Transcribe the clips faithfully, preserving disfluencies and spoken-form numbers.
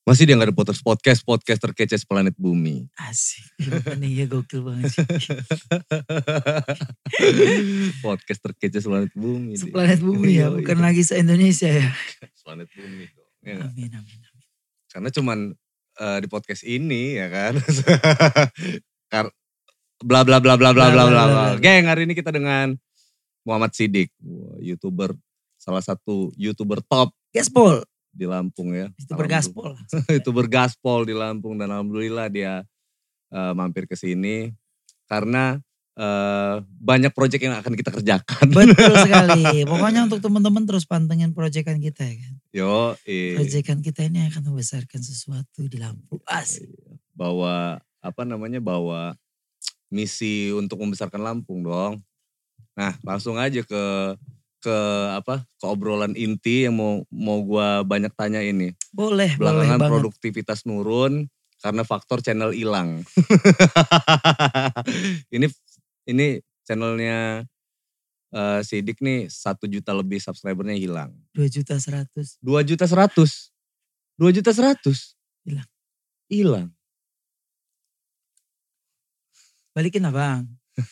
Masih dia gak ada podcast, podcast, podcast terkece seplanet bumi. Asik, gimana nih ya gokil banget sih. Podcast terkece seplanet bumi. Seplanet bumi ya, bukan lagi se-Indonesia ya. Seplanet bumi dong. Ya amin, amin, amin. Karena cuman uh, di podcast ini ya kan. Kar- bla bla bla bla bla bla bla bla. Geng, hari ini kita dengan Muhammad Siddiq, YouTuber, salah satu YouTuber top Gaspol di Lampung ya. YouTuber gaspol. YouTuber gaspol di Lampung, dan alhamdulillah dia uh, mampir ke sini karena uh, banyak proyek yang akan kita kerjakan. Betul sekali. Pokoknya untuk teman-teman terus pantengin proyekan kita ya kan. Yo, iya. Proyekan kita ini akan membesarkan sesuatu di Lampung. Asik. Bawa apa namanya? Bawa misi untuk membesarkan Lampung dong. Nah, langsung aja ke ke apa? Ke obrolan inti yang mau mau gua banyak tanya ini. Boleh, Belakangan boleh produktivitas nurun karena faktor channel hilang. ini ini channelnya uh, Siddiq nih satu juta lebih subscribernya hilang. Dua juta seratus. Dua juta seratus. Dua juta seratus. Hilang. Hilang. Balikin lah bang.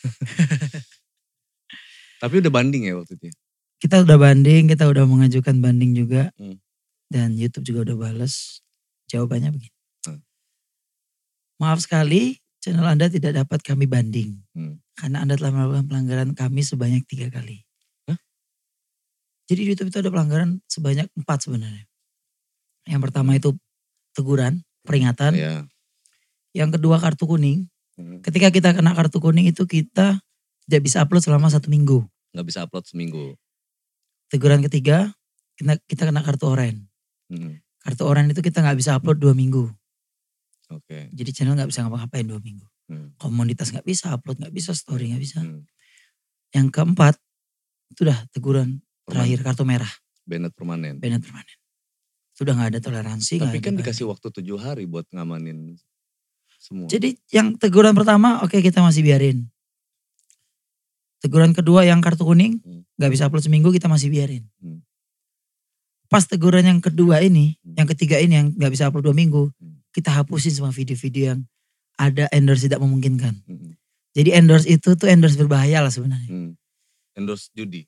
Tapi udah banding ya waktu itu? Kita udah banding, kita udah mengajukan banding juga. Hmm. Dan YouTube juga udah bales. Jawabannya begini. Hmm. Maaf sekali, channel Anda tidak dapat kami banding. Hmm. Karena Anda telah melakukan pelanggaran kami sebanyak tiga kali. Hah? Jadi di YouTube itu ada pelanggaran sebanyak empat sebenarnya. Yang pertama itu teguran, peringatan. Yeah. Yang kedua kartu kuning. Hmm. Ketika kita kena kartu kuning itu kita tidak bisa upload selama satu minggu. Gak bisa upload seminggu. Teguran ketiga, kita, kita kena kartu oranye. Hmm. Kartu oranye itu kita gak bisa upload dua minggu. Oke. Okay. Jadi channel gak bisa ngapa-ngapain dua minggu. Hmm. Komunitas gak bisa, upload gak bisa, story gak bisa. Hmm. Yang keempat, itu udah teguran permanen. Terakhir, kartu merah. Banned permanen. Banned permanen. Itu udah gak ada toleransi. Tapi kan ada dikasih waktu tujuh hari buat ngamanin semua. Jadi yang teguran pertama, oke okay, kita masih biarin. Teguran kedua yang kartu kuning, hmm. gak bisa upload seminggu kita masih biarin. Hmm. Pas teguran yang kedua ini, hmm. yang ketiga ini yang gak bisa upload dua minggu, hmm. kita hapusin semua video-video yang ada endorse tidak memungkinkan. Hmm. Jadi endorse itu tuh endorse berbahaya lah sebenarnya. Hmm. Endorse judi.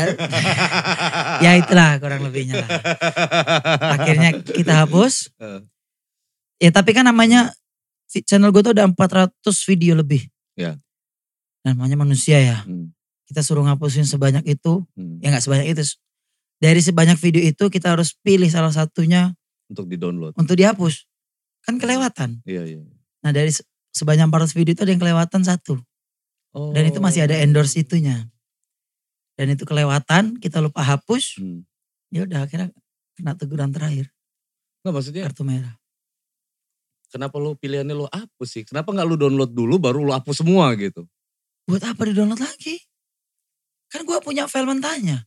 Ya itulah kurang lebihnya lah. Akhirnya kita hapus. Ya tapi kan namanya channel gue tuh ada empat ratus video lebih. Ya. Namanya manusia ya. Hmm. Kita suruh ngapusin sebanyak itu. Hmm. Ya gak sebanyak itu. Dari sebanyak video itu kita harus pilih salah satunya. Untuk di download. Untuk dihapus. Kan kelewatan. Iya, iya. Nah dari sebanyak empat ratus video itu ada yang kelewatan satu. Oh. Dan itu masih ada endorse itunya. Dan itu kelewatan, kita lupa hapus. Hmm. Ya udah akhirnya kena teguran terakhir. Nggak maksudnya. Kartu merah. Kenapa lu pilihannya lu hapus sih? Kenapa gak lu download dulu baru lu hapus semua gitu? Buat apa di download lagi? Kan gue punya file mentahnya.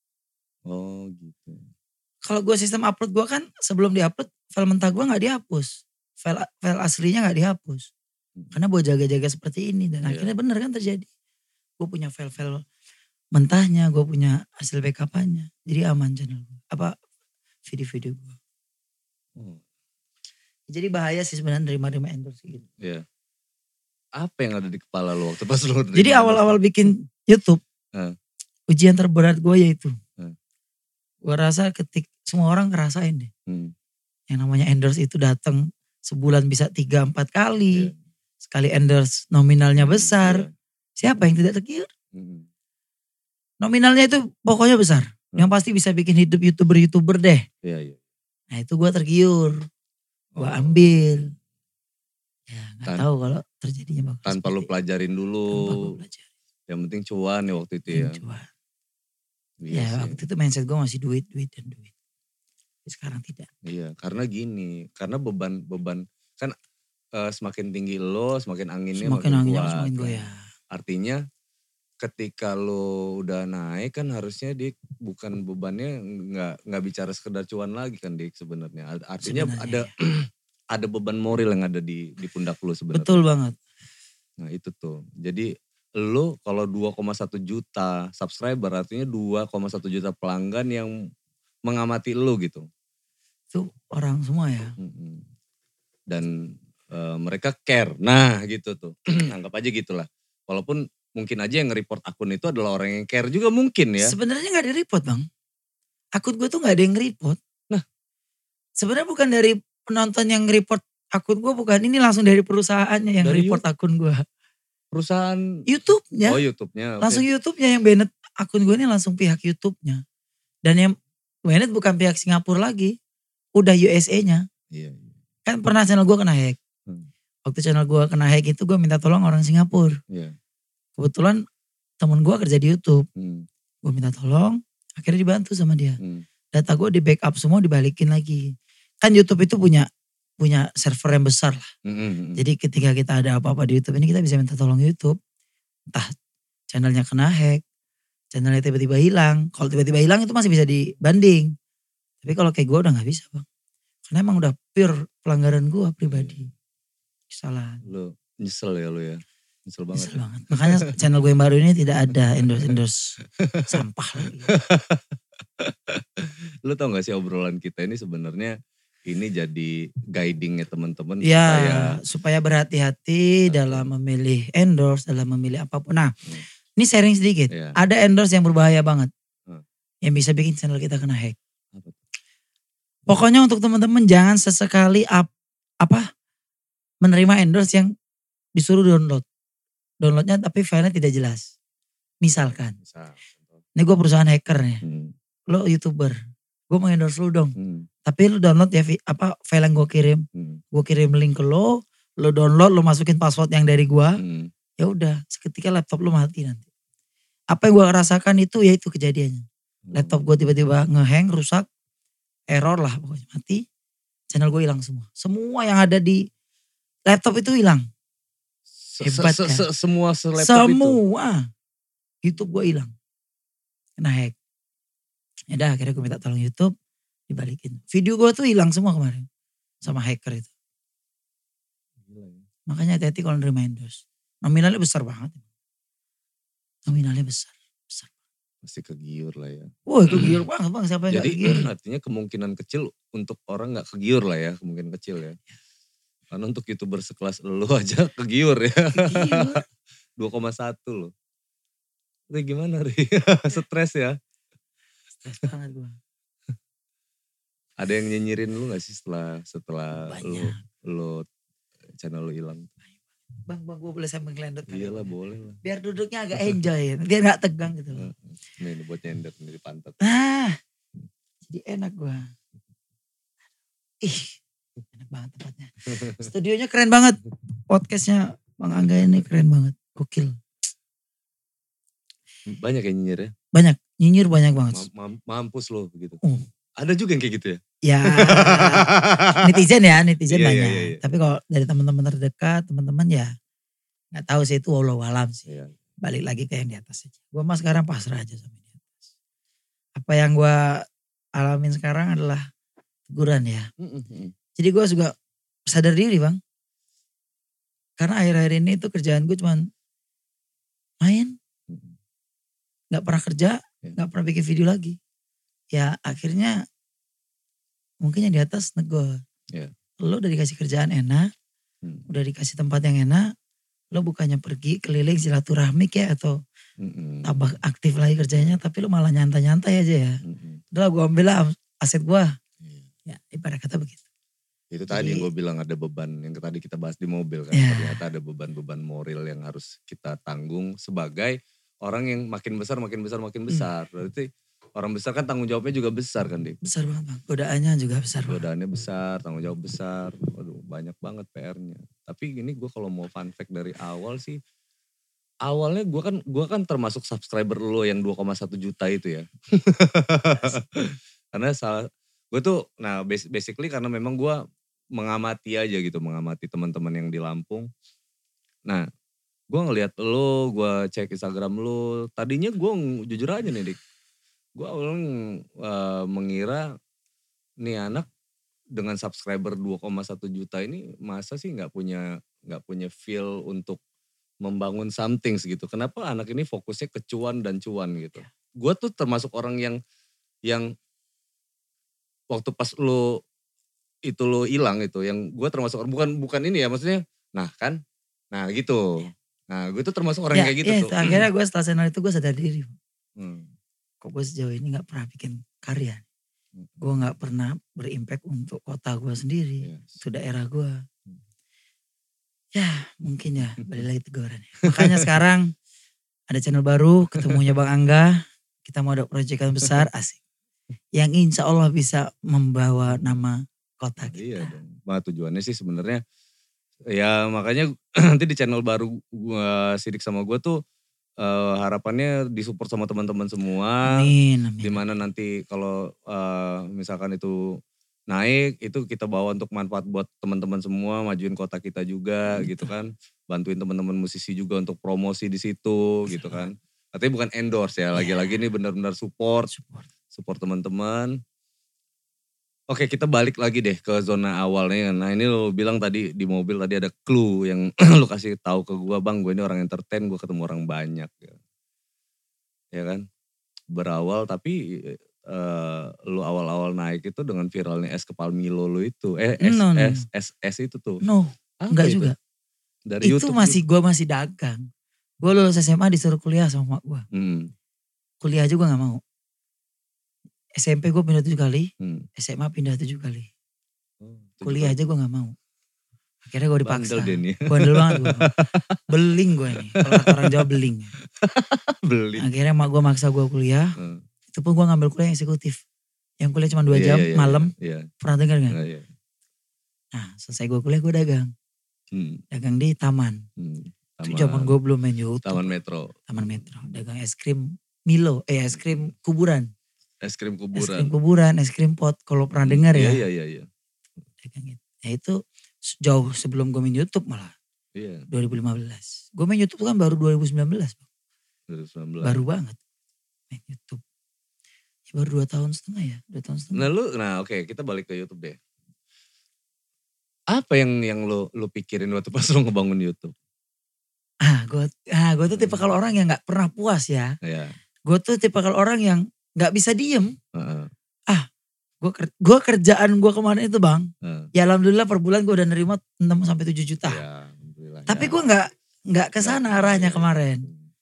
Oh gitu. Kalau gue sistem upload gue kan sebelum diupload file mentah gue gak dihapus. File, file aslinya gak dihapus. Hmm. Karena gue jaga-jaga seperti ini. Dan yeah. akhirnya bener kan terjadi. Gue punya file-file mentahnya, gue punya hasil backup-nya. Jadi aman channel gue. Apa video-video gue. Hmm. Jadi bahaya sih sebenarnya nerima-nerima endorse gitu. Iya. Apa yang ada di kepala lo waktu pas lo nerima? Jadi awal-awal bikin YouTube, hmm. ujian terberat gue yaitu. Hmm. Gue rasa ketik semua orang ngerasain deh. Hmm. Yang namanya endorse itu datang sebulan bisa tiga empat kali. Yeah. Sekali endorse nominalnya besar. Yeah. Siapa yang tidak tergiur? Hmm. Nominalnya itu pokoknya besar. Hmm. Yang pasti bisa bikin hidup YouTuber-YouTuber deh. Yeah, yeah. Nah itu gue tergiur. Gue ambil. Ya gak Tan- tahu kalau terjadinya bagus. Tanpa lu pelajarin dulu. Tanpa gue pelajarin. Yang penting cuan ya waktu itu ya. Cuan. Iya ya waktu itu mindset gue masih duit, duit dan duit. Tapi sekarang tidak. Iya karena gini. Karena beban-beban. Kan uh, semakin tinggi lo semakin anginnya semakin makin anginnya kuat. Semakin goyah. Artinya ketika lo udah naik kan harusnya Dik bukan bebannya nggak nggak bicara sekedar cuan lagi kan Dik sebenarnya. Artinya sebenarnya, ada ya. Ada beban moral yang ada di di pundak lo sebenarnya. Betul banget. Nah itu tuh. Jadi lo kalau dua koma satu juta subscriber artinya dua koma satu juta pelanggan yang mengamati lo gitu. Itu orang semua ya. Mm-mm. Dan uh, mereka care. Nah gitu tuh. Anggap aja gitulah. Walaupun mungkin aja yang nge-report akun itu adalah orang yang care juga mungkin ya. Sebenarnya gak di-report bang. Akun gue tuh gak ada yang nge-report. Nah. Sebenarnya bukan dari penonton yang nge-report akun gue, bukan. Ini langsung dari perusahaannya yang Dari nge-report akun gue. Perusahaan? YouTube-nya. Oh YouTube-nya. Okay. Langsung YouTube-nya yang banned akun gue ini, langsung pihak YouTube-nya. Dan yang banned bukan pihak Singapura lagi. Udah U S A-nya. Iya. Kan pernah channel gue kena hack. Hmm. Waktu channel gue kena hack itu gue minta tolong orang Singapura. Iya. Kebetulan temen gue kerja di YouTube. Hmm. Gue minta tolong, akhirnya dibantu sama dia. Hmm. Data gue di backup semua, dibalikin lagi. Kan YouTube itu punya punya server yang besar lah. Hmm. Jadi ketika kita ada apa-apa di YouTube ini, kita bisa minta tolong YouTube. Entah channelnya kena hack, channelnya tiba-tiba hilang. Kalau tiba-tiba hilang itu masih bisa dibanding. Tapi kalau kayak gue udah gak bisa bang. Karena emang udah pure pelanggaran gue pribadi. Kesalahan. Lu nyesel ya lu ya? Nyesel banget. Nyesel ya? banget. Makanya channel gue yang baru ini tidak ada endorse-endorse sampah lagi. Lu tau gak sih obrolan kita ini sebenarnya ini jadi guidingnya teman-teman ya, supaya supaya berhati-hati dalam memilih endorse, dalam memilih apapun. Nah, hmm. ini sharing sedikit. Ya. Ada endorse yang berbahaya banget, hmm. yang bisa bikin channel kita kena hack. Apa? Pokoknya untuk teman-teman jangan sesekali ap, apa menerima endorse yang disuruh download, downloadnya tapi filenya tidak jelas. Misalkan, Misal, ini gue perusahaan hacker nih, hmm. lo YouTuber, gue mau endorse lu dong. Hmm. Tapi lu download ya apa file yang gue kirim, hmm. gue kirim link ke lo, lo download, lo masukin password yang dari gue, hmm. ya udah seketika laptop lo mati nanti. Apa yang gue rasakan itu ya itu kejadiannya. Hmm. Laptop gue tiba-tiba ngehang, rusak, error lah pokoknya mati, channel gue hilang semua. Semua yang ada di laptop itu hilang. Hebat kan? Semua laptop semua. itu? Semua. YouTube gue hilang. Kena hack. Ya udah akhirnya gue minta tolong YouTube. Dibalikin. Video gue tuh hilang semua kemarin. Sama hacker itu. Makanya hati-hati kalau nerima endorse. Nominalnya besar banget. Nominalnya besar. Besar. Pasti kegiur lah ya. Wah kegiur banget bang. Siapa yang Jadi kegiur? artinya kemungkinan kecil untuk orang gak kegiur lah ya. Kemungkinan kecil ya. Karena untuk YouTuber sekelas lu aja kegiur ya. Kegiur. dua koma satu loh. Itu gimana Ri? Stres ya? Stres banget gue. Ada yang nyinyirin lu gak sih setelah setelah lu, lu channel lu hilang? Bang, bang gue boleh sambil ngelendot. Iyalah boleh lah. Biar duduknya agak enjoy, biar gak tegang gitu. Nih, ini buat nyender di pantat. Nah, jadi enak gue. Ih, enak banget tempatnya. Studionya keren banget. Podcastnya Bang Angga ini keren banget. Gokil. Banyak yang nyinyir ya? Banyak, nyinyir banyak banget. Mam, mampus lo begitu. Uh. Ada juga yang kayak gitu ya? Ya, netizen ya, netizen iya, banyak. Iya, iya. Tapi kalau dari teman-teman terdekat, teman-teman ya nggak tahu sih itu walau alam sih. Iya. Balik lagi ke yang di atas aja. Gue mah sekarang pasrah aja sama di atas. Apa yang gue alamin sekarang adalah teguran ya. Mm-hmm. Jadi gue juga sadar diri bang. Karena akhir-akhir ini itu kerjaan gue cuman main. Gak pernah kerja, gak pernah bikin video lagi. Ya akhirnya mungkin yang di atas negor. Yeah. Lo udah dikasih kerjaan enak, hmm. udah dikasih tempat yang enak, lo bukannya pergi keliling silaturahmi kayak atau mm-hmm. tambah aktif lagi kerjanya, tapi lo malah nyantai-nyantai aja ya. Mm-hmm. Udah gue ambil lah aset gue. Yeah. Ya ibarat kata begitu. Itu tadi yang gue bilang ada beban, yang tadi kita bahas di mobil kan. Yeah. Ternyata ada beban-beban moral yang harus kita tanggung sebagai orang yang makin besar, makin besar, makin besar. Hmm. Berarti orang besar kan tanggung jawabnya juga besar kan Dik? Besar banget bang, godaannya juga besar. Godaannya besar, tanggung jawab besar. Waduh banyak banget P R-nya. Tapi ini gue kalau mau fun fact dari awal sih. Awalnya gue kan gue kan termasuk subscriber lo yang dua koma satu juta itu ya. Karena salah, gue tuh nah basically karena memang gue mengamati aja gitu. Mengamati teman-teman yang di Lampung. Nah gue ngeliat lo, gue cek Instagram lo. Tadinya gue jujur aja nih Dik. Gue awalnya uh, mengira nih anak dengan subscriber dua koma satu juta ini masa sih gak punya gak punya feel untuk membangun something gitu. Kenapa anak ini fokusnya ke cuan dan cuan gitu. Gue tuh termasuk orang yang yang waktu pas lo itu lo hilang itu. Yang gue termasuk, bukan bukan ini ya maksudnya. Nah kan, nah gitu. Nah gue tuh termasuk orang ya, kayak gitu ya, tuh. Akhirnya gue setelah channel itu gue sadar diri. Hmm. Kok gue sejauh ini gak pernah bikin karya. Gue gak pernah berimpact untuk kota gue sendiri. Yes. Itu daerah gue. Ya mungkin ya balik lagi teguran. Makanya sekarang ada channel baru, ketemunya Bang Angga. Kita mau ada proyekan besar, asik. Yang insya Allah bisa membawa nama kota kita. Iya dong. Nah, tujuannya sih sebenarnya ya makanya nanti di channel baru gua Sidik sama gue tuh uh, harapannya disupport sama teman-teman semua. Amin, amin. Dimana nanti kalau uh, misalkan itu naik, itu kita bawa untuk manfaat buat teman-teman semua, majuin kota kita juga gitu, gitu kan. Bantuin teman-teman musisi juga untuk promosi di situ gitu kan. Artinya bukan endorse ya, lagi-lagi ini benar-benar support, support, support teman-teman. Oke, kita balik lagi deh ke zona awalnya. Nah ini lo bilang tadi di mobil tadi ada clue yang lo kasih tahu ke gue, Bang, gue ini orang entertain, gue ketemu orang banyak. Ya, ya kan? Berawal tapi uh, lo awal-awal naik itu dengan viralnya es kepal Milo lo itu. Eh es, no, no, es, es, es itu tuh. No, apa enggak itu? juga. Dari itu YouTube masih gitu. Gue masih dagang. Gue lulus S M A disuruh kuliah sama mak gue. Hmm. Kuliah aja gue gak mau. S M P gue pindah tujuh kali, hmm. S M A pindah tujuh kali. Oh, kuliah kali. aja gue gak mau. Akhirnya gue dipaksa. Bandel deh nih. Bandel banget gue. Beling gue nih. Kalau kata orang Jawa beling. Beling. Akhirnya mak gue maksa gue kuliah. Hmm. Itu pun gue ngambil kuliah yang eksekutif. Yang kuliah cuma dua jam yeah, yeah, malam. Yeah, yeah. Pernah dengar gak? Yeah, yeah. Nah selesai gue kuliah gue dagang. Hmm. Dagang di taman. Hmm. Itu zaman gue belum main YouTube. Taman Metro. Taman Metro. Dagang es krim Milo. Eh es krim kuburan. Es krim kuburan. Es krim kuburan, es krim pot. Kalau pernah hmm. dengar ya. Iya, iya, iya. Dagang itu. Ya itu jauh sebelum gue main YouTube malah. Iya. dua ribu lima belas. Gue main YouTube kan baru dua ribu sembilan belas. dua ribu sembilan belas. Baru banget main YouTube. Ya baru dua tahun setengah ya. Dua tahun setengah. Nah lu, nah oke okay, kita balik ke YouTube deh. Apa yang yang lo lo pikirin waktu pas lo ngebangun YouTube? Ah, gue ah, gue tuh tipe kalau orang yang nggak pernah puas ya. Iya. Gue tuh tipe kalau orang yang nggak bisa diem. Uh-uh. Ah, gue gue kerjaan gue kemarin itu bang. Uh. Ya alhamdulillah per bulan gue udah nerima enam sampai tujuh juta. Ya, tapi gue nggak nggak kesana ya, arahnya ya, kemarin.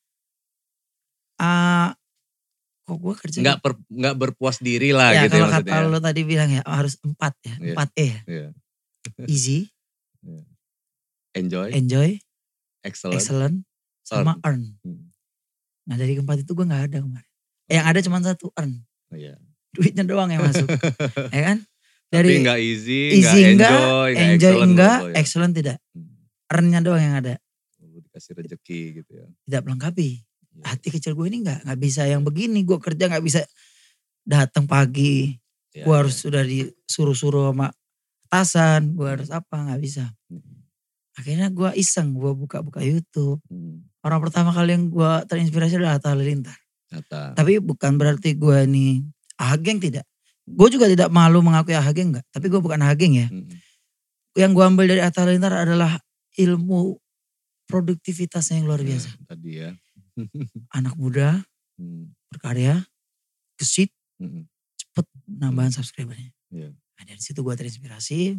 Ah, uh, kok gue kerja? Nggak per, nggak berpuas diri lah ya, gitu kalau ya. Kalau kata lo tadi bilang ya harus empat ya, yeah. empat E ya. Yeah. Easy, yeah. enjoy, enjoy, excellent, excellent sama earn. Hmm. Nah dari keempat itu gue nggak ada kemarin. Yang ada cuma satu earn. Oh, yeah. Duitnya doang yang masuk, ya kan? Dari tapi nggak easy, easy nggak enggak, enjoy, enjoy excellent, enggak, ya. excellent tidak. Earn-nya doang yang ada. Dikasih rezeki gitu ya. Tidak melengkapi. Yeah. Hati kecil gue ini nggak nggak bisa yang begini. Gue kerja nggak bisa datang pagi. Yeah, gue yeah. harus sudah disuruh-suruh sama atasan. Gue harus apa nggak bisa. Akhirnya gue iseng, gue buka-buka YouTube. Hmm. Orang pertama kali yang gue terinspirasi adalah Atta Halilintar. Atta. Tapi bukan berarti gue ini ahageng tidak. Gue juga tidak malu mengakui ahageng enggak. Tapi gue bukan ahageng ya. Hmm. Yang gue ambil dari Atta Halilintar adalah ilmu produktivitasnya yang luar biasa. Ya, tadi ya. Anak muda, hmm. berkarya, gesit, hmm. cepet nambahan hmm. subscribernya. Ya. Nah, dari situ gue terinspirasi.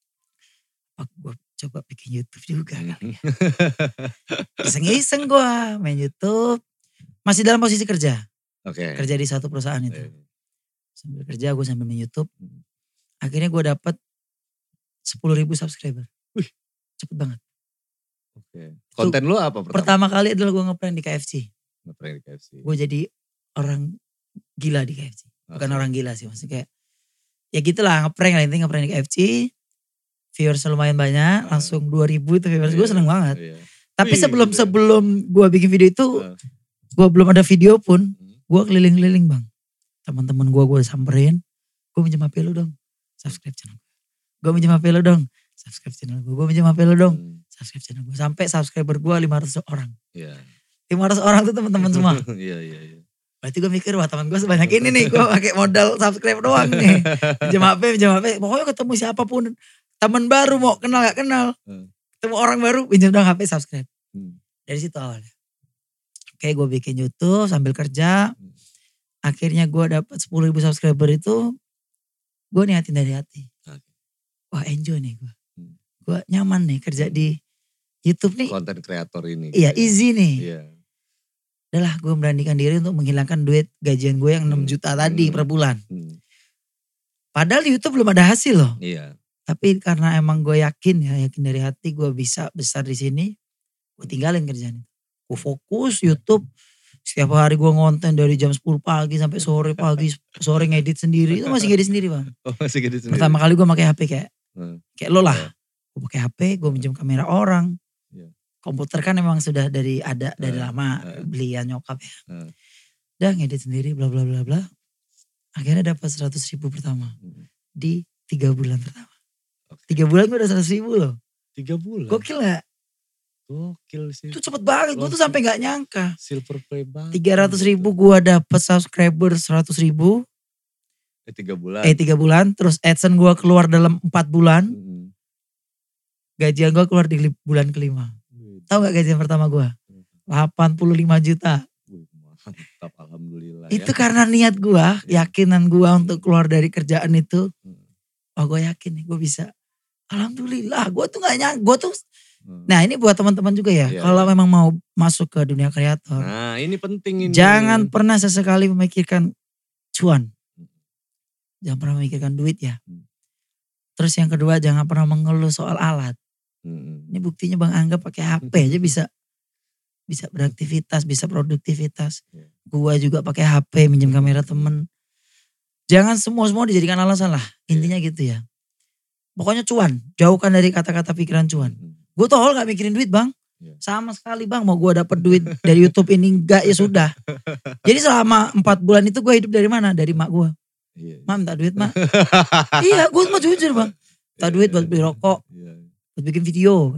Gue coba bikin YouTube juga kali ya. Iseng-iseng gue main YouTube. Masih dalam posisi kerja. Okay. Kerja di satu perusahaan itu. Okay. Sambil kerja gue sambil main YouTube. Akhirnya gue dapet sepuluh ribu subscriber. Wih. Cepet banget. Oke. Okay. Konten lu apa pertama? Pertama kali adalah gue ngeprank di K F C. Ngeprank di K F C. Gue jadi orang gila di K F C. Bukan okay. orang gila sih. Maksudnya kayak. Ya gitulah ngeprank lah. Intinya ngeprank di K F C. Viewers lumayan banyak, uh, langsung dua ribu itu viewers, iya, gue seneng banget. Iya. Tapi Wih, sebelum gitu ya. sebelum gue bikin video itu, uh. gue belum ada video pun, gue keliling-keliling bang. Teman-teman gue gue samperin, gue minjem H P lu dong, subscribe channel gue. Gue minjem H P lu dong, subscribe channel gue. Gue minjem H P lu dong, hmm. subscribe channel gue. Sampai subscriber gue lima ratus orang. Yeah. lima ratus orang tuh teman-teman semua. Iya iya iya. Berarti gue mikir wah teman gue sebanyak ini nih, gue pakai modal subscribe doang nih. Minjem H P, minjem H P, pokoknya ketemu siapapun. Teman baru mau kenal gak kenal. Hmm. Ketemu orang baru pinjam dong H P subscribe. Hmm. Dari situ awalnya. Oke gue bikin YouTube sambil kerja. Hmm. Akhirnya gue dapat sepuluh ribu subscriber itu. Gue niatin dari hati. Okay. wah enjoy nih gue. Hmm. Gue nyaman nih kerja Hmm. di YouTube nih. Konten kreator ini. Iya gitu ya. easy nih. Iya. Udah lah gue memberanikan diri untuk menghilangkan duit gajian gue yang enam Hmm. juta tadi Hmm. per bulan. Hmm. Padahal di YouTube belum ada hasil loh. Iya. Tapi karena emang gue yakin ya, yakin dari hati gue bisa besar di sini. Gue tinggalin kerjaan itu. Gue fokus YouTube. Setiap hari gue ngonten dari jam sepuluh pagi sampai sore pagi. Sore ngedit sendiri. Itu masih ngedit sendiri bang. Oh masih gitu sendiri. Pertama kali gue pakai H P kayak. Hmm. Kayak lo lah. Yeah. Gue pakai H P, gue minjem kamera orang. Yeah. Komputer kan emang sudah dari ada dari Uh, lama. uh. Belian nyokap ya. Uh. Udah ngedit sendiri bla bla bla bla. Akhirnya dapat seratus ribu pertama. Hmm. Di tiga bulan pertama. Okay. Tiga bulan gue udah seratus ribu loh. Tiga bulan? Gokil gak? Gokil sih. Itu cepet banget, gue tuh sampai gak nyangka. Silver play banget. tiga ratus ribu gue dapet subscriber seratus ribu. Eh tiga bulan. Eh tiga bulan, terus AdSense gue keluar dalam empat bulan. Hmm. Gajian gue keluar di bulan kelima. Hmm. Tahu gak gajian pertama gue? delapan puluh lima juta. Wih, mantap, alhamdulillah. Itu ya. karena niat gue, yakinan gue untuk keluar dari kerjaan itu. Oh gue yakin nih gue bisa. Alhamdulillah, gue tuh gak nyangka, gue tuh. Hmm. Nah ini buat teman-teman juga ya, yeah, kalau yeah. memang mau masuk ke dunia kreator. Nah ini penting ini. Jangan pernah sesekali memikirkan cuan. Jangan pernah memikirkan duit ya. Hmm. Terus yang kedua jangan pernah mengeluh soal alat. Hmm. Ini buktinya Bang Angga pakai H P aja bisa bisa beraktivitas, bisa produktivitas. Yeah. Gua juga pakai H P, minjem kamera temen. Jangan semua-semua dijadikan alasan lah. Intinya yeah. gitu ya. Pokoknya cuan, jauhkan dari kata-kata pikiran cuan. Hmm. Gue tol gak mikirin duit bang. Yeah. Sama sekali bang, mau gue dapet duit dari YouTube ini enggak ya sudah. Jadi selama empat bulan itu gue hidup dari mana? Dari mak gue. Yeah, yeah. Mak minta duit mak. Iya gue mau jujur bang. Minta yeah, duit buat beli rokok. Yeah. Buat bikin video.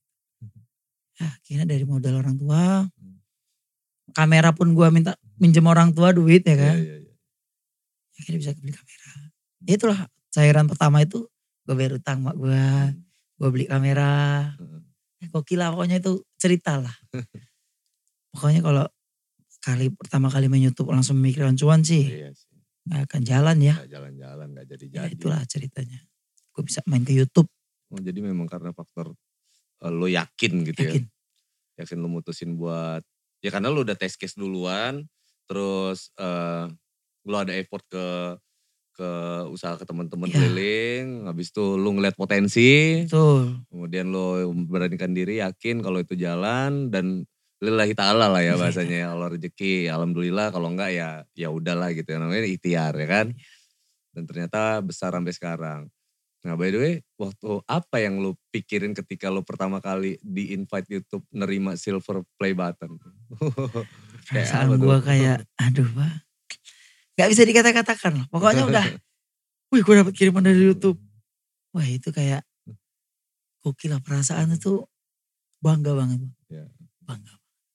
Ya, akhirnya dari modal orang tua. Kamera pun gue minta minjem orang tua duit ya kan. Yeah, yeah, yeah. Akhirnya bisa beli kamera. Ya itulah cairan pertama itu. Gue bayar utang mak gue. Gue beli kamera. Gokil lah pokoknya itu cerita lah. Pokoknya kalau kali pertama kali main YouTube langsung memikirkan cuan sih. Iya sih. Gak akan jalan ya. Gak jalan-jalan, gak jadi-jadi. Ya itulah ceritanya. Gue bisa main ke YouTube. Oh, jadi memang karena faktor uh, lo yakin gitu yakin. ya. Yakin lo mutusin buat. Ya karena lo udah test case duluan. Terus uh, lo ada effort ke ke usaha ke teman-teman ya. Keliling, habis itu lu ngeliat potensi, betul. Kemudian lu beranikan diri, yakin kalau itu jalan dan lillahi ta'ala lah ya bahasanya, ya Allah rezeki, alhamdulillah kalau enggak ya ya udahlah gitu ya, namanya ikhtiar ya kan. Dan ternyata besar sampai sekarang. Nah by the way, waktu apa yang lu pikirin ketika lu pertama kali di invite YouTube nerima silver play button? Perasaan gue kayak, aduh pak. Gak bisa dikata-katakan loh. Pokoknya udah. Wih gue dapet kiriman dari YouTube. Wah itu kayak. Gokil lah perasaan itu. Bangga banget. Bangga.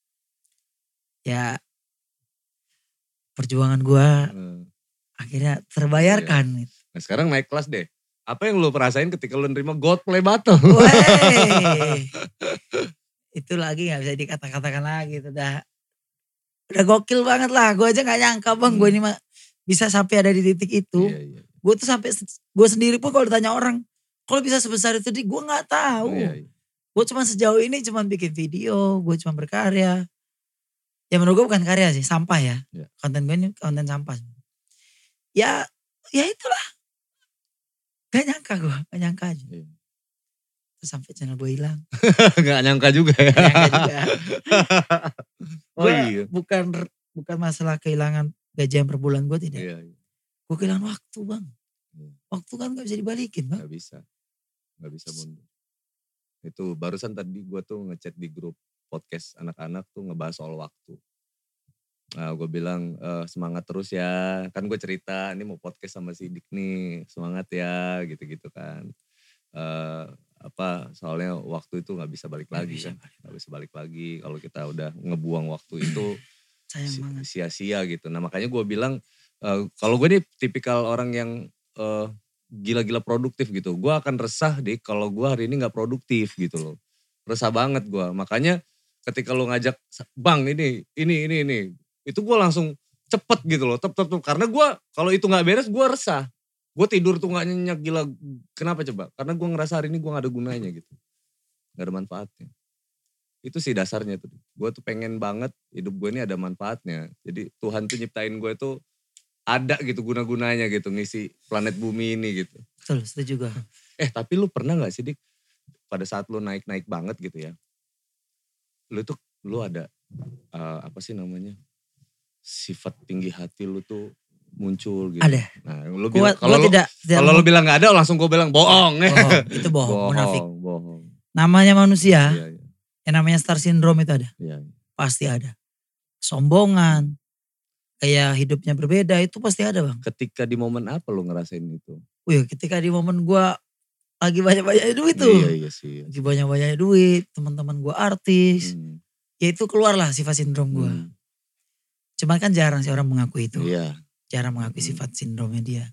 Ya. Perjuangan gue. Hmm. Akhirnya terbayarkan. Ya. Nah sekarang naik kelas deh. Apa yang lu perasain ketika lu nerima gold play button? Wey. Itu lagi gak bisa dikata-katakan lagi. Itu udah. Udah gokil banget lah. Gue aja gak nyangka bang. Hmm. Gue ini mah. Bisa sampai ada di titik itu. Iya, iya. Gue tuh sampai, gue sendiri pun kalau ditanya orang, kalau bisa sebesar itu, gue nggak tahu. Iya, iya. Gue cuma sejauh ini cuma bikin video, gue cuma berkarya. Ya menurut gue bukan karya sih, sampah ya. Iya. Konten gue ini konten sampah. Ya, ya itulah. Gak nyangka gue, gak nyangka aja. Iya. Terus sampai channel gue hilang. Gak nyangka juga ya. Gak nyangka juga. Oh iya. Bukan, bukan masalah kehilangan gajian per bulan gue tidak. Iya, iya. Gue kehilangan waktu bang. Iya. Waktu kan gak bisa dibalikin bang. Gak bisa. Gak bisa mundur. Itu barusan tadi gue tuh ngechat di grup podcast anak-anak tuh ngebahas soal waktu. Nah gue bilang e, semangat terus ya. Kan gue cerita ini mau podcast sama si Dik nih. Semangat ya gitu-gitu kan. E, apa soalnya waktu itu gak bisa balik lagi kan. Gak bisa balik lagi kalau kita udah ngebuang waktu itu. Sia-sia gitu. Nah makanya gue bilang uh, kalau gue nih tipikal orang yang uh, gila-gila produktif gitu. Gue akan resah deh kalau gue hari ini gak produktif gitu loh. Resah banget gue. Makanya ketika lo ngajak bang ini, ini, ini, ini. Itu gue langsung cepet gitu loh. Tep, tep, tep. Karena gue kalau itu gak beres gue resah. Gue tidur tuh gak nyenyak gila. Kenapa coba? Karena gue ngerasa hari ini gue gak ada gunanya gitu. Gak ada manfaatnya. Itu sih dasarnya tuh. Gue tuh pengen banget hidup gue ini ada manfaatnya. Jadi Tuhan tuh nyiptain gue tuh ada gitu guna-gunanya gitu. Ngisi planet bumi ini gitu. Betul, setuju gue. Eh tapi lu pernah gak sih Dik? Pada saat lu naik-naik banget gitu ya. Lu tuh, lu ada uh, apa sih namanya. Sifat tinggi hati lu tuh muncul gitu. Ada. Nah, lu Kuat, bilang kalau lu tidak, tidak kalau lu bilang nggak ada, langsung gue bilang bohong. Bohong, itu bohong, bohong, munafik. Bohong. Namanya manusia, Iya, iya. yang namanya star syndrome itu ada. Iya. Pasti ada. Sombongan, kayak hidupnya berbeda, itu pasti ada bang. Ketika di momen apa lu ngerasain itu? Wih, ketika di momen gue lagi banyak-banyak duit tuh. Iya, iya sih. Lagi banyak-banyak duit, teman-teman gue artis. Hmm. Ya itu keluarlah sifat sindrom gue. Hmm. Cuman kan jarang sih orang mengakui itu. Iya. Jarang mengakui Hmm. sifat sindromnya dia.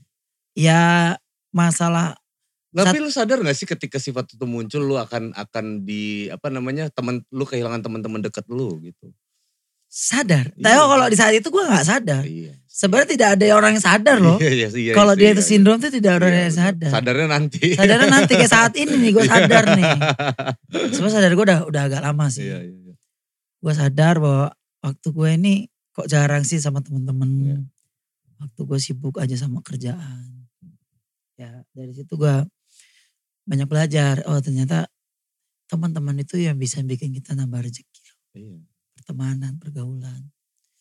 Ya masalah. Tapi lu sadar gak sih ketika sifat itu muncul lu akan akan di apa namanya teman lu kehilangan teman-teman dekat lu gitu. Sadar. Iya. Tapi kalau di saat itu gue gak sadar. Iya. Sebenarnya tidak ada orang yang sadar loh. Iya, iya, iya, kalau iya, dia iya, itu iya. sindrom itu tidak ada orang Iya, yang sadar. Sadarnya nanti. Sadarnya nanti kayak saat ini nih gue sadar nih. Sebenarnya sadar gue udah udah agak lama sih. Iya, iya, iya. Gue sadar bahwa waktu gue ini kok jarang sih sama temen-temen. Iya. Waktu gue sibuk aja sama kerjaan. Ya dari situ gue banyak belajar. Oh ternyata teman-teman itu yang bisa bikin kita nambah rezeki. Iya. Pertemanan, pergaulan.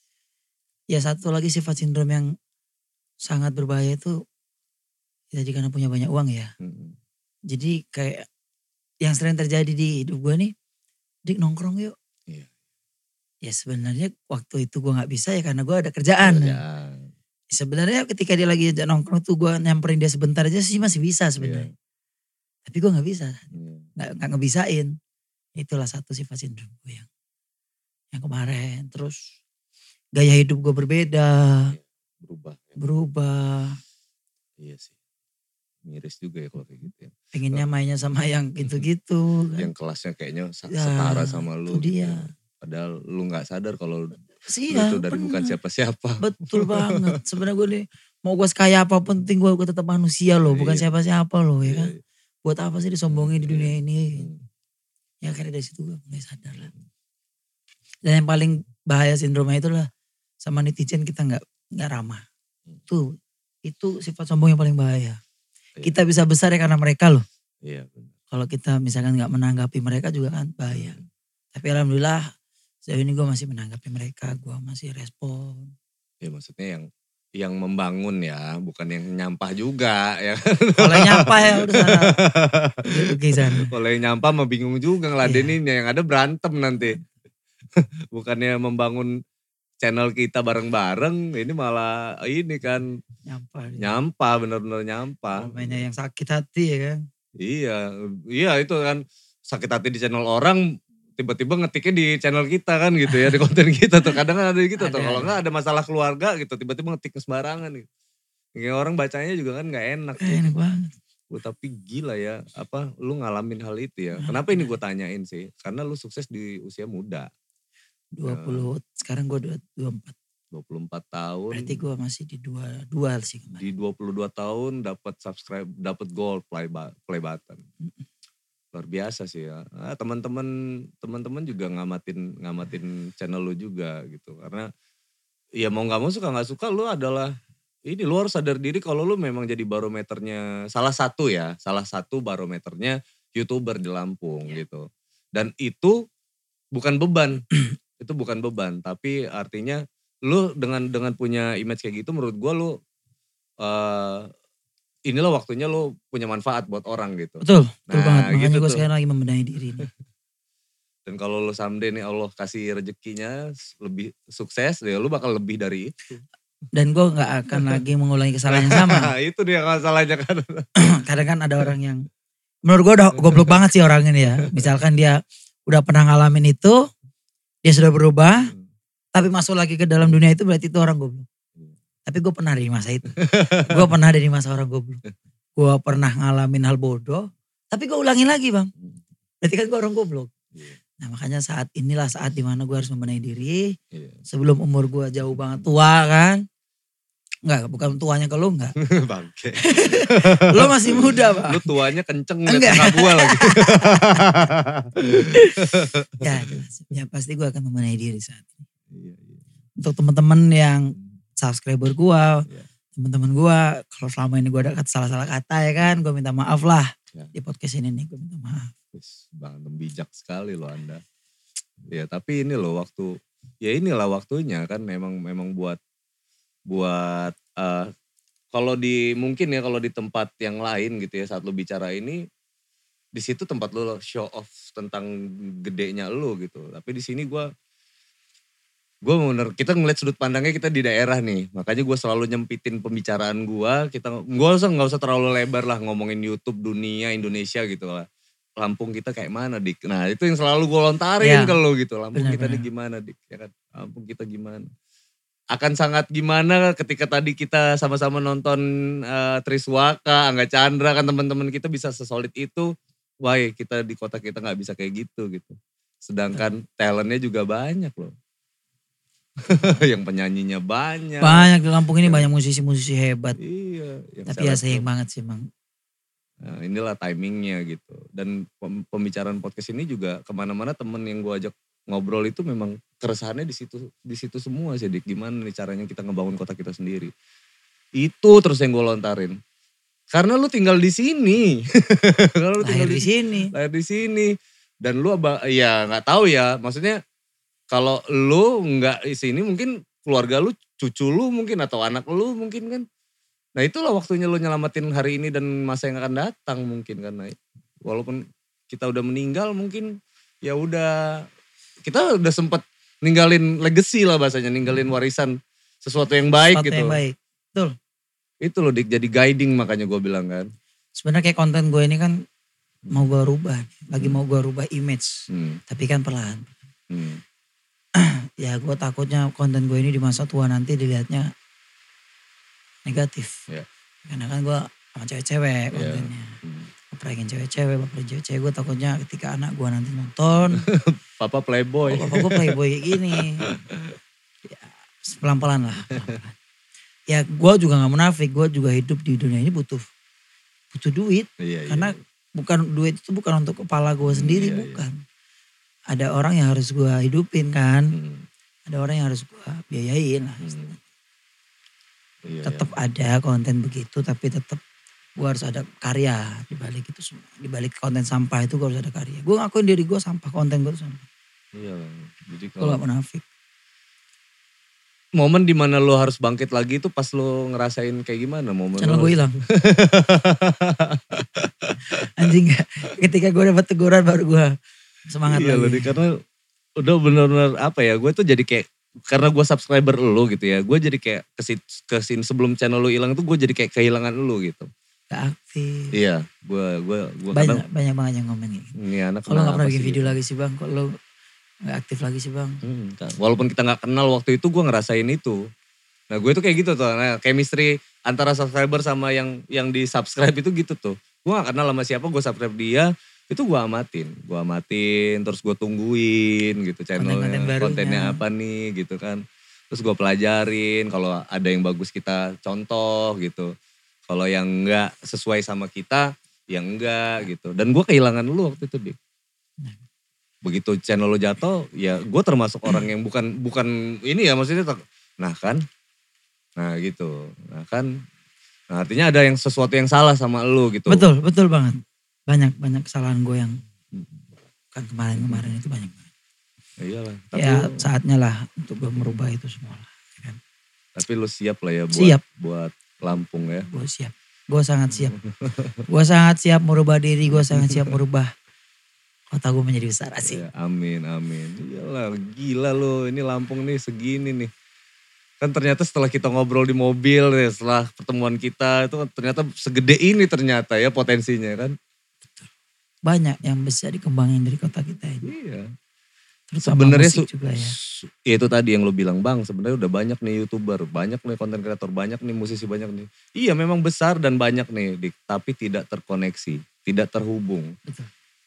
Ya satu lagi sifat sindrom yang sangat berbahaya itu. Ya jika punya banyak uang ya. Hmm. Jadi kayak yang sering terjadi di hidup gue nih. Dik nongkrong yuk. Iya. Ya sebenarnya waktu itu gue gak bisa ya karena gue ada kerjaan. Ya. Sebenarnya ketika dia lagi ajak nongkrong tuh gue nyamperin dia sebentar aja sih masih bisa sebenarnya. Iya. Tapi gue gak bisa. Iya. Gak, gak ngebisain. Itulah satu sifat sindrom gue yang, yang kemarin. Terus gaya hidup gue berbeda. Iya. Berubah. Ya. Berubah. Iya sih. Miris juga ya kalau kayak gitu ya. Pengennya mainnya sama yang gitu-gitu. Kan. Yang kelasnya kayaknya Ya, setara sama lu. itu dia. Gitu. Padahal lu gak sadar kalau Iya, lu tuh dari bener. bukan siapa-siapa. Betul banget. Sebenarnya gue nih mau gue sekaya apapun penting gue, gue tetap manusia loh. Bukan Iya. siapa-siapa loh ya Iya. kan. Buat apa sih disombongin di dunia ini. Hmm. Ya akhirnya dari situ gue mulai sadar lah. Dan yang paling bahaya sindromnya itu lah sama netizen kita gak, gak ramah. Tuh, itu sifat sombong yang paling bahaya. Iya. Kita bisa besar ya karena mereka loh. Iya benar. Kalau kita misalkan gak menanggapi mereka juga kan bahaya. Hmm. Tapi alhamdulillah sejauh ini gue masih menanggapi mereka. Gue masih respon. Ya maksudnya yang yang membangun ya, bukan yang nyampah juga ya. Kalau yang nyampah ya udah sana. Oke sana. Kalau yang nyampah mah bingung juga ngeladeninnya, yang ada berantem nanti. Bukannya membangun channel kita bareng-bareng, ini malah ini kan Nyampah. dia. nyampah, bener-bener nyampah. Namanya yang sakit hati ya kan. Iya, iya itu kan sakit hati di channel orang, tiba-tiba ngetiknya di channel kita kan gitu ya, di konten kita tuh. Kadang kan ada gitu tuh, Ada. kalau enggak ada masalah keluarga gitu, tiba-tiba ngetik sembarangan gitu. Kayak orang bacanya juga kan gak enak. Eh, enak banget. Gue tapi gila ya, apa lu ngalamin hal itu ya. Kenapa ini gue tanyain sih? Karena lu sukses di usia muda. dua puluh, sekarang gue dua puluh empat. dua puluh empat tahun. Berarti gue masih di dua, dua sih kemarin. Di dua puluh dua tahun dapat subscribe, dapat gold play, play button. Luar biasa sih ya. Nah, teman-teman teman-teman juga ngamatin ngamatin channel lu juga gitu. Karena ya mau gak mau suka gak suka lu adalah ini lu harus sadar diri kalau lu memang jadi barometernya salah satu ya, salah satu barometernya YouTuber di Lampung ya. gitu. Dan itu bukan beban. Itu bukan beban, tapi artinya lu dengan dengan punya image kayak gitu menurut gua lu uh, inilah waktunya lu punya manfaat buat orang gitu. Betul, betul Nah, banget. Makanya gitu gue tuh. sekarang lagi membenahi diri nih. Dan kalau lu someday nih Allah kasih rezekinya lebih sukses, ya lu bakal lebih dari itu. Dan gue gak akan lagi mengulangi kesalahan yang sama. Itu dia masalahnya kan. Kadang kan ada orang yang, menurut gue udah goblok banget sih orang ini ya. Misalkan dia udah pernah ngalamin itu, dia sudah berubah, tapi masuk lagi ke dalam dunia itu berarti itu orang goblok. Tapi gue pernah dari masa itu. Gue pernah dari masa orang goblok. Gue pernah ngalamin hal bodoh, tapi gue ulangin lagi bang. Berarti kan gue orang goblok. Nah makanya saat inilah saat dimana gue harus membenahi diri. Sebelum umur gue jauh banget tua kan. Enggak, bukan tuanya ke lu enggak. Bangke. Lu masih muda Bang. Lu tuanya kenceng ngeliat Enggak. kakak gue lagi. Ya jelas. Ya pasti gue akan membenahi diri saat ini. Iya, iya. Untuk teman-teman yang subscriber gue, Iya. teman-teman gue, kalau selama ini gue ada kata salah-salah kata ya kan, gue minta maaf lah. Ya. Di podcast ini nih gue minta maaf. Bang, bijak sekali loh Anda. Ya tapi ini loh waktu, ya inilah waktunya kan memang memang buat buat uh, kalau di mungkin ya kalau di tempat yang lain gitu ya saat lu bicara ini di situ tempat lu show off tentang gedenya lu gitu. Tapi di sini gue gue bener kita ngeliat sudut pandangnya kita di daerah nih, makanya gue selalu nyempitin pembicaraan gue. Kita gue usah nggak usah terlalu lebar lah ngomongin YouTube dunia Indonesia gitu lah. Lampung kita kayak mana Dik? Nah itu yang selalu gue lontarin ya, ke lu gitu. Lampung bener, kita bener. Nih gimana Dik? Ya kan? Lampung kita gimana? Akan sangat gimana ketika tadi kita sama-sama nonton uh, Triswaka, Angga Chandra kan teman-teman kita bisa sesolid itu. Wah kita di kota kita gak bisa kayak gitu gitu. Sedangkan talentnya juga banyak loh. Yang penyanyinya banyak. Banyak di Lampung ini ya. Banyak musisi-musisi hebat. Iya. Tapi ya sayang banget sih Bang. Nah, inilah timingnya gitu. Dan pembicaraan podcast ini juga kemana-mana temen yang gue ajak ngobrol itu memang keresahannya di situ di situ semua sih Dik. Gimana nih caranya kita ngebangun kota kita sendiri. Itu terus yang gue lontarin. Karena lu tinggal di sini. Kalau lu tinggal lahir di, di sini. Lahir di sini. Dan lu abah, ya gak tahu ya. Maksudnya kalau lu gak di sini mungkin keluarga lu, cucu lu mungkin atau anak lu mungkin kan. Nah itulah waktunya lu nyelamatin hari ini dan masa yang akan datang mungkin kan. Nah, walaupun kita udah meninggal mungkin ya udah kita udah sempet ninggalin legacy lah bahasanya, ninggalin warisan sesuatu yang baik sesuatu gitu. Sesuatu yang baik, betul. Itu loh Dik, jadi guiding makanya gue bilang kan. Sebenarnya kayak konten gue ini kan mau gue rubah, lagi hmm. mau gue rubah image, hmm. tapi kan perlahan. Hmm. Ya gue takutnya konten gue ini di masa tua nanti dilihatnya negatif. Yeah. Karena kan gue sama cewek-cewek kontennya. Yeah. Hmm. Ngeprankin cewek-cewek, baperin cewek-cewek. Gue takutnya ketika anak gue nanti nonton. Papa playboy. Oh, papa gue playboy kayak gini. Ya, pelan-pelan lah. Pelan-pelan. Ya gue juga gak munafik, gue juga hidup di dunia ini butuh butuh duit. Yeah, karena yeah. bukan duit itu bukan untuk kepala gue sendiri, yeah, bukan. Yeah. Ada orang yang harus gue hidupin kan. Hmm. Ada orang yang harus gue biayain lah. Hmm. Iya, tetap iya. Ada konten begitu tapi tetap gue harus ada karya di balik itu semua. Di balik konten sampah itu gue harus ada karya. Gue ngakuin diri gue sampah, konten gue sampah. Iya. Jadi kalau gue gak munafik. Momen dimana lo harus bangkit lagi itu pas lo ngerasain kayak gimana momen? Channel gue hilang. Anjing gak. Ketika gue dapat teguran baru gue semangat iya, lagi. Iya karena udah benar-benar apa ya, gue tuh jadi kayak karena gue subscriber lo gitu ya, gue jadi kayak kesin, kesin sebelum channel lo hilang tuh gue jadi kayak kehilangan lo gitu. Gak aktif. Iya, gue gue gue banyak kadang, banyak banget yang komen gitu. Ini anak kalau nggak pernah bikin video gitu. Lagi sih bang, kalau nggak aktif lagi sih bang. Hmm, walaupun kita nggak kenal waktu itu gue ngerasain itu. Nah gue tuh kayak gitu tuh, nah, chemistry antara subscriber sama yang yang di subscribe itu gitu tuh. Gue gak kenal sama siapa, gue subscribe dia. Itu gue amatin, gue amatin, terus gue tungguin gitu channelnya, konten kontennya apa nih gitu kan. Terus gue pelajarin, kalau ada yang bagus kita contoh gitu. Kalau yang enggak sesuai sama kita, yang enggak gitu. Dan gue kehilangan lu waktu itu Dik. Begitu channel lo jatuh, ya gue termasuk orang yang bukan bukan ini ya maksudnya. Nah kan, nah gitu, nah kan. Nah artinya ada yang sesuatu yang salah sama lu gitu. Betul, betul banget. Banyak banyak kesalahan gue yang kan kemarin-kemarin itu banyak banget. Iyalah. Tapi ya saatnya lah untuk gue merubah itu semua lah. Kan? Tapi lu siap lah ya buat, siap. buat Lampung ya. Gue siap, gue sangat siap. Gue sangat siap merubah diri, gue sangat siap merubah kota gue menjadi besar asik. Ya, amin, amin. Iyalah gila lu, ini Lampung nih segini nih. Kan ternyata setelah kita ngobrol di mobil ya, setelah pertemuan kita itu ternyata segede ini ternyata ya potensinya kan. Banyak yang bisa dikembangin dari kota kita ini. Iya. Sebenarnya su- juga ya. ya itu tadi yang lo bilang bang, sebenarnya udah banyak nih YouTuber, banyak nih konten kreator, banyak nih musisi, banyak nih. Iya memang besar dan banyak nih, Dik, tapi tidak terkoneksi, tidak terhubung. Betul.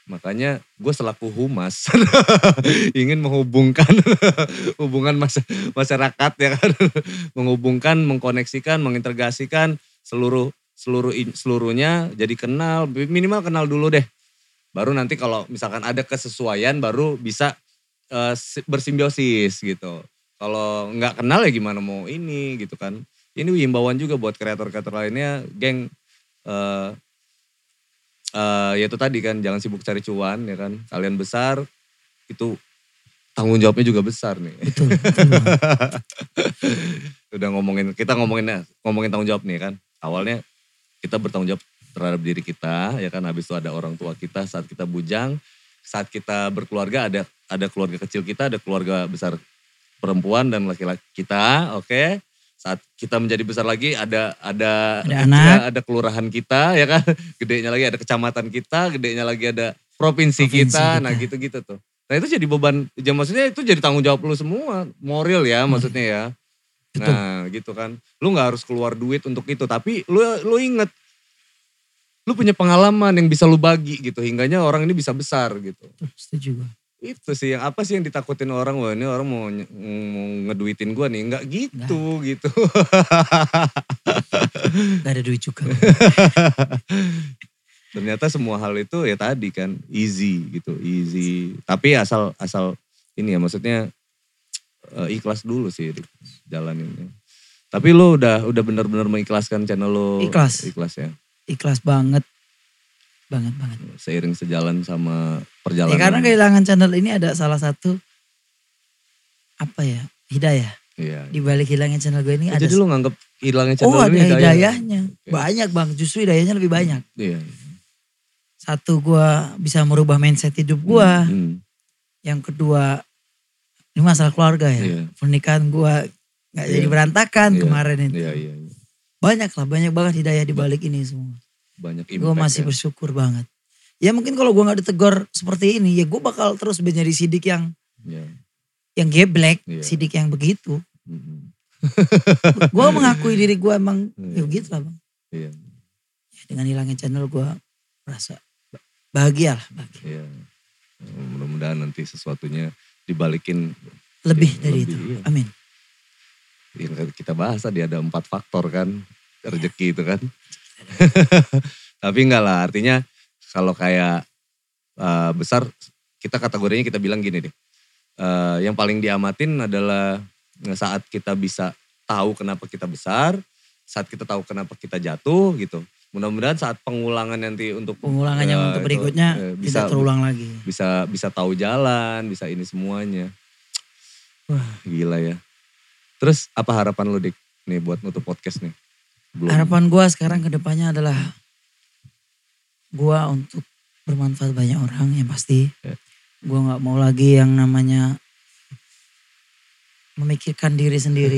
Makanya gue selaku humas ingin menghubungkan hubungan mas- masyarakat ya kan, menghubungkan, mengkoneksikan, mengintegrasikan seluruh seluruh seluruhnya jadi kenal, minimal kenal dulu deh. Baru nanti kalau misalkan ada kesesuaian baru bisa uh, bersimbiosis gitu. Kalau nggak kenal ya gimana mau ini gitu kan. Ini himbauan juga buat kreator-kreator lainnya, geng. Uh, uh, ya itu tadi kan, jangan sibuk cari cuan ya kan. Kalian besar, itu tanggung jawabnya juga besar nih. Betul, betul. Udah ngomongin, kita ngomongin ngomongin tanggung jawab nih kan. Awalnya kita bertanggung jawab terhadap diri kita ya kan. Habis itu ada orang tua kita saat kita bujang. Saat kita berkeluarga ada ada keluarga kecil kita, ada keluarga besar perempuan dan laki-laki kita, oke. Okay? Saat kita menjadi besar lagi ada ada ada, anak. ada kelurahan kita ya kan, gedenya lagi ada kecamatan kita, gedenya lagi ada provinsi, provinsi kita, kita, nah gitu-gitu tuh. Nah itu jadi beban, ya maksudnya itu jadi tanggung jawab lu semua, moral ya maksudnya ya. Betul. Nah gitu kan, lu gak harus keluar duit untuk itu, tapi lu lu inget, lu punya pengalaman yang bisa lu bagi gitu, hingganya orang ini bisa besar gitu. Setuju gue. Itu sih, yang apa sih yang ditakutin orang, wah ini orang mau, mau ngeduitin gue nih, enggak gitu Nggak. gitu. Gak ada duit juga. Ternyata semua hal itu ya tadi kan easy gitu, easy. Tapi asal asal ini ya maksudnya uh, ikhlas dulu sih jalaninnya. Tapi lu udah udah benar-benar mengikhlaskan channel lu. Ikhlas. Ikhlas ya. Ikhlas banget. Banget banget. Seiring sejalan sama perjalanan. Ya karena kehilangan channel ini ada salah satu apa ya, hidayah. Iya. Di balik hilangnya channel gue ini oh, ada. Jadi lu nganggep hilangnya channel oh, ini ada hidayah? hidayahnya. Okay. Banyak bang, justru hidayahnya lebih banyak. Iya. Satu gue bisa merubah mindset hidup gue. Hmm, hmm. Yang kedua, ini masalah keluarga ya. Iya. Pernikahan gue gak iya. jadi berantakan iya. kemarin itu. Iya, iya, iya. Banyak lah, banyak banget hidayah di balik ini semua. Banyak impact. Gue masih ya. bersyukur banget. Ya mungkin kalau gue gak ditegur seperti ini, ya gue bakal terus menjadi sidik yang yeah. yang geblek, yeah. sidik yang begitu. Mm-hmm. Gue mengakui diri gue emang yeah. ya begitu lah bang. Yeah. Ya, dengan hilangnya channel gue merasa bahagia lah. Bahagia. Yeah. Mudah-mudahan nanti sesuatunya dibalikin. Lebih dari lebih, itu, iya. Amin. Yang kita bahas tadi ada empat faktor kan, rezeki yeah. itu kan. Tapi enggak lah, artinya kalau kayak uh, besar, kita kategorinya kita bilang gini deh. Uh, yang paling diamatin adalah saat kita bisa tahu kenapa kita besar, saat kita tahu kenapa kita jatuh gitu. Mudah-mudahan saat pengulangan nanti untuk pengulangan uh, yang untuk berikutnya itu, uh, bisa, tidak terulang lagi. Bisa bisa tahu jalan, bisa ini semuanya. Wah gila ya. Terus apa harapan lu Dik nih buat nutup podcast nih? Belum. Harapan gue sekarang ke depannya adalah gue untuk bermanfaat banyak orang yang pasti. Yeah. Gue gak mau lagi yang namanya memikirkan diri sendiri.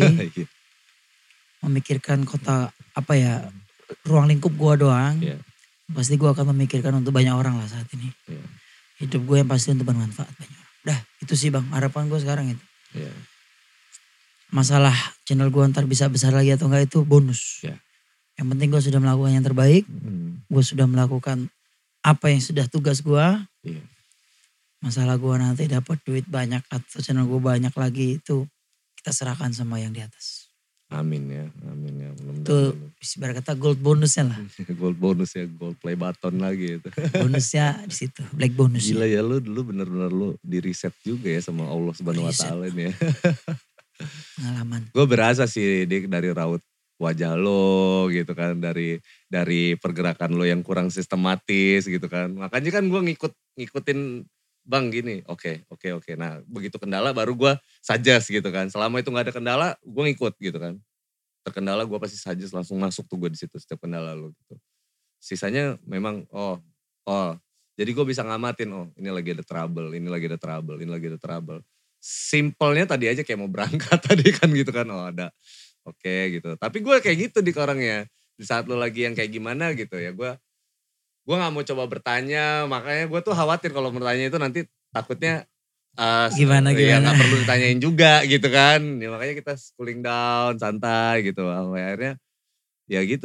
Memikirkan kota apa ya, ruang lingkup gue doang. Yeah. Pasti gue akan memikirkan untuk banyak orang lah saat ini. Yeah. Hidup gue yang pasti untuk bermanfaat banyak orang. Dah itu sih bang, harapan gue sekarang itu. Yeah. Masalah channel gue ntar bisa besar lagi atau enggak itu bonus. Yeah. Yang penting gue sudah melakukan yang terbaik. Hmm. Gue sudah melakukan apa yang sudah tugas gue. Yeah. Masalah gue nanti dapat duit banyak atau channel gue banyak lagi itu kita serahkan sama yang di atas. Amin ya, amin ya. Itu ibarat kata gold bonusnya lah. Gold bonus ya, gold play button lagi itu. Bonusnya di situ, black bonus. Gila ya lu dulu bener-bener lu di reset juga ya sama Allah Subhanahu Wa Taala ini ya. Pengalaman. Gue berasa sih Dik dari raut wajah lo gitu kan, dari dari pergerakan lo yang kurang sistematis gitu kan. Makanya kan gue ngikut ngikutin bang gini, oke okay, oke okay, oke. Okay. Nah begitu kendala baru gue suggest gitu kan. Selama itu nggak ada kendala, gue ngikut gitu kan. Terkendala gue pasti suggest langsung masuk tuh gue di situ setiap kendala lo gitu. Sisanya memang oh oh. Jadi gue bisa ngamatin oh ini lagi ada trouble, ini lagi ada trouble, ini lagi ada trouble. Simpelnya tadi aja kayak mau berangkat tadi kan gitu kan, oh ada. Oke okay, gitu. Tapi gue kayak gitu di orangnya. Di saat lo lagi yang kayak gimana gitu ya. Gue gue gak mau coba bertanya. Makanya gue tuh khawatir kalau bertanya itu nanti takutnya. Uh, gimana ya gimana. gak perlu ditanyain juga gitu kan. Ya, makanya kita cooling down, santai gitu. Akhirnya ya gitulah.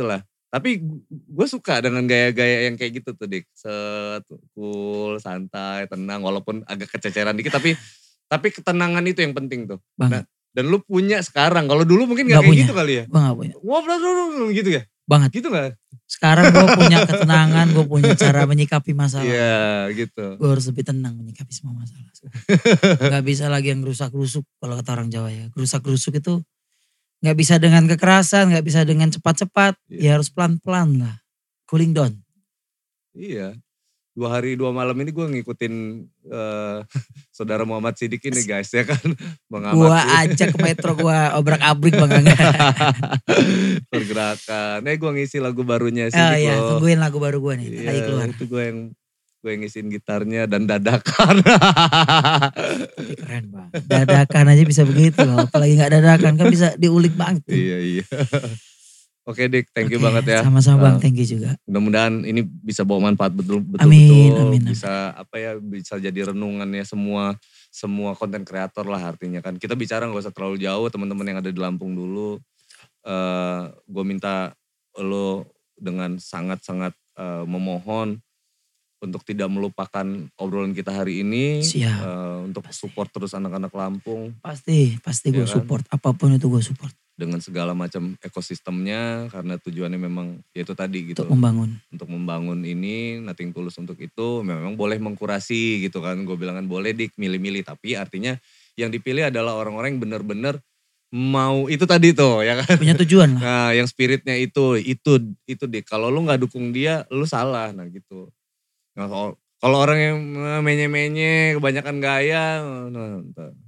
Tapi gue suka dengan gaya-gaya yang kayak gitu tuh Dik. Set, cool, santai, tenang. Walaupun agak kececeran dikit tapi tapi ketenangan itu yang penting tuh. Nah, Banget. dan lu punya sekarang. Kalau dulu mungkin gak, Gak kayak punya. gitu kali ya. Gue gak punya. Ngobrol gitu ya. Banget. Gitu gak? Sekarang gue punya ketenangan, gue punya cara menyikapi masalah. Iya gitu. Gue harus lebih tenang menyikapi semua masalah. Gak bisa lagi yang gerusak-gerusuk kalau kata orang Jawa ya. Gerusak-gerusuk itu gak bisa dengan kekerasan, gak bisa dengan cepat-cepat. Iya. Ya harus pelan-pelan lah. Cooling down. Iya. Dua hari dua malam ini gue ngikutin uh, saudara Muhammad Siddiq ini guys ya kan. Gue ajak ke Metro, gue obrak-abrik Bang Angga. Pergerakan. Eh gue ngisi lagu barunya Siddiq. Oh iya, loh. Tungguin lagu baru gue nih. Iya, lagi keluar. Itu gue yang gue yang ngisiin gitarnya dan dadakan. Tapi keren Bang. Dadakan aja bisa begitu loh. Apalagi gak dadakan kan bisa diulik banget. Tuh. Iya iya. Oke Dik, thank you Oke, banget ya. Sama-sama Bang, thank you juga. Mudah-mudahan ini bisa bawa manfaat betul betul. Amin, amin, amin. Bisa apa ya, bisa jadi renungan ya semua semua konten kreator lah artinya kan. Kita bicara gak usah terlalu jauh, teman-teman yang ada di Lampung dulu. Uh, gue minta lo dengan sangat-sangat uh, memohon untuk tidak melupakan obrolan kita hari ini. Siap. Uh, untuk pasti. Support terus anak-anak Lampung. Pasti, pasti gue ya kan? Support. Apapun itu gue support. Dengan segala macam ekosistemnya karena tujuannya memang yaitu tadi gitu. Untuk membangun. Untuk membangun ini, nothing tulus untuk itu. Memang boleh mengkurasi gitu kan. Gue bilang kan boleh Dik milih-milih. Tapi artinya yang dipilih adalah orang-orang yang benar-benar mau itu tadi tuh ya kan. Punya tujuan lah. Nah yang spiritnya itu, itu, itu Dik. Kalau lu gak dukung dia, lu salah. Nah gitu. Nah, kalau orang yang menye-menye, kebanyakan gaya. Nah,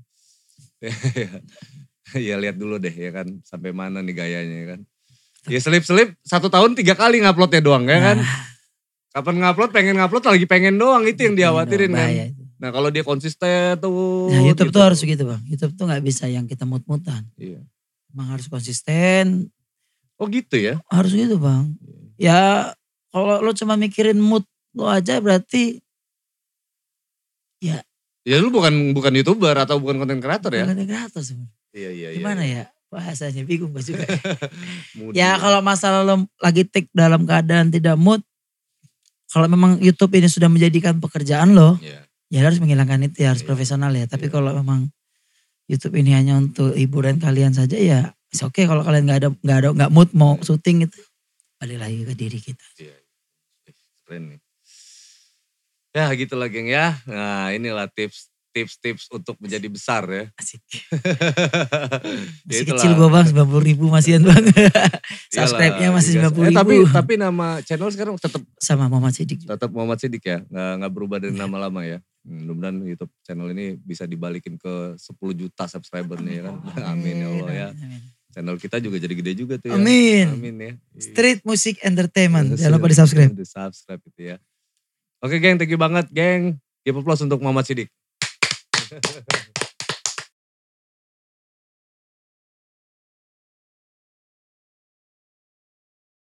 ya lihat dulu deh ya kan sampai mana nih gayanya ya kan. Ya selip-selip satu tahun tiga kali nguploadnya doang ya kan. Nah. Kapan ngupload pengen ngupload lagi pengen doang itu yang dikhawatirin kan. Itu. Nah kalau dia konsisten tuh. Nah YouTube gitu. Tuh harus gitu Bang. YouTube tuh gak bisa yang kita mut-mutan. Iya. Emang harus konsisten. Oh gitu ya. Harus gitu Bang. Ya kalau lo cuma mikirin mood lo aja berarti. Ya. Ya lu bukan bukan YouTuber atau bukan konten kreator ya. Bukan konten kreator sebenarnya. Iya, iya, Gimana iya. ya bahasanya bingung gue juga. Ya kalau masalah lo lagi take dalam keadaan tidak mood. Kalau memang YouTube ini sudah menjadikan pekerjaan lo. Yeah. Ya harus menghilangkan itu ya harus yeah. profesional ya. Tapi yeah. kalau memang YouTube ini hanya untuk hiburan kalian saja ya. Oke okay, kalau kalian gak ada, gak ada gak mood mau yeah. syuting itu. Balik lagi ke diri kita. Iya. Yeah. Keren nih. Ya gitu lah geng ya. Nah inilah tips. Tips-tips untuk menjadi besar ya. Asik. Masih kecil gue Bang, sembilan puluh ribu masihan Bang. Subscribe-nya masih sembilan puluh ribu. Eh, tapi, tapi nama channel sekarang tetap. Sama Muhammad Siddiq. Tetap Muhammad Siddiq ya, nggak, nggak berubah dari nama lama ya. Mudah-mudahan YouTube channel ini bisa dibalikin ke sepuluh juta subscribernya ya kan. Amin ya Allah ya. Amin. Channel kita juga jadi gede juga tuh ya. Amin. Amin ya. Street Music Entertainment, jangan lupa di subscribe. Di subscribe itu ya. Oke geng, thank you banget geng. Give applause untuk Muhammad Siddiq.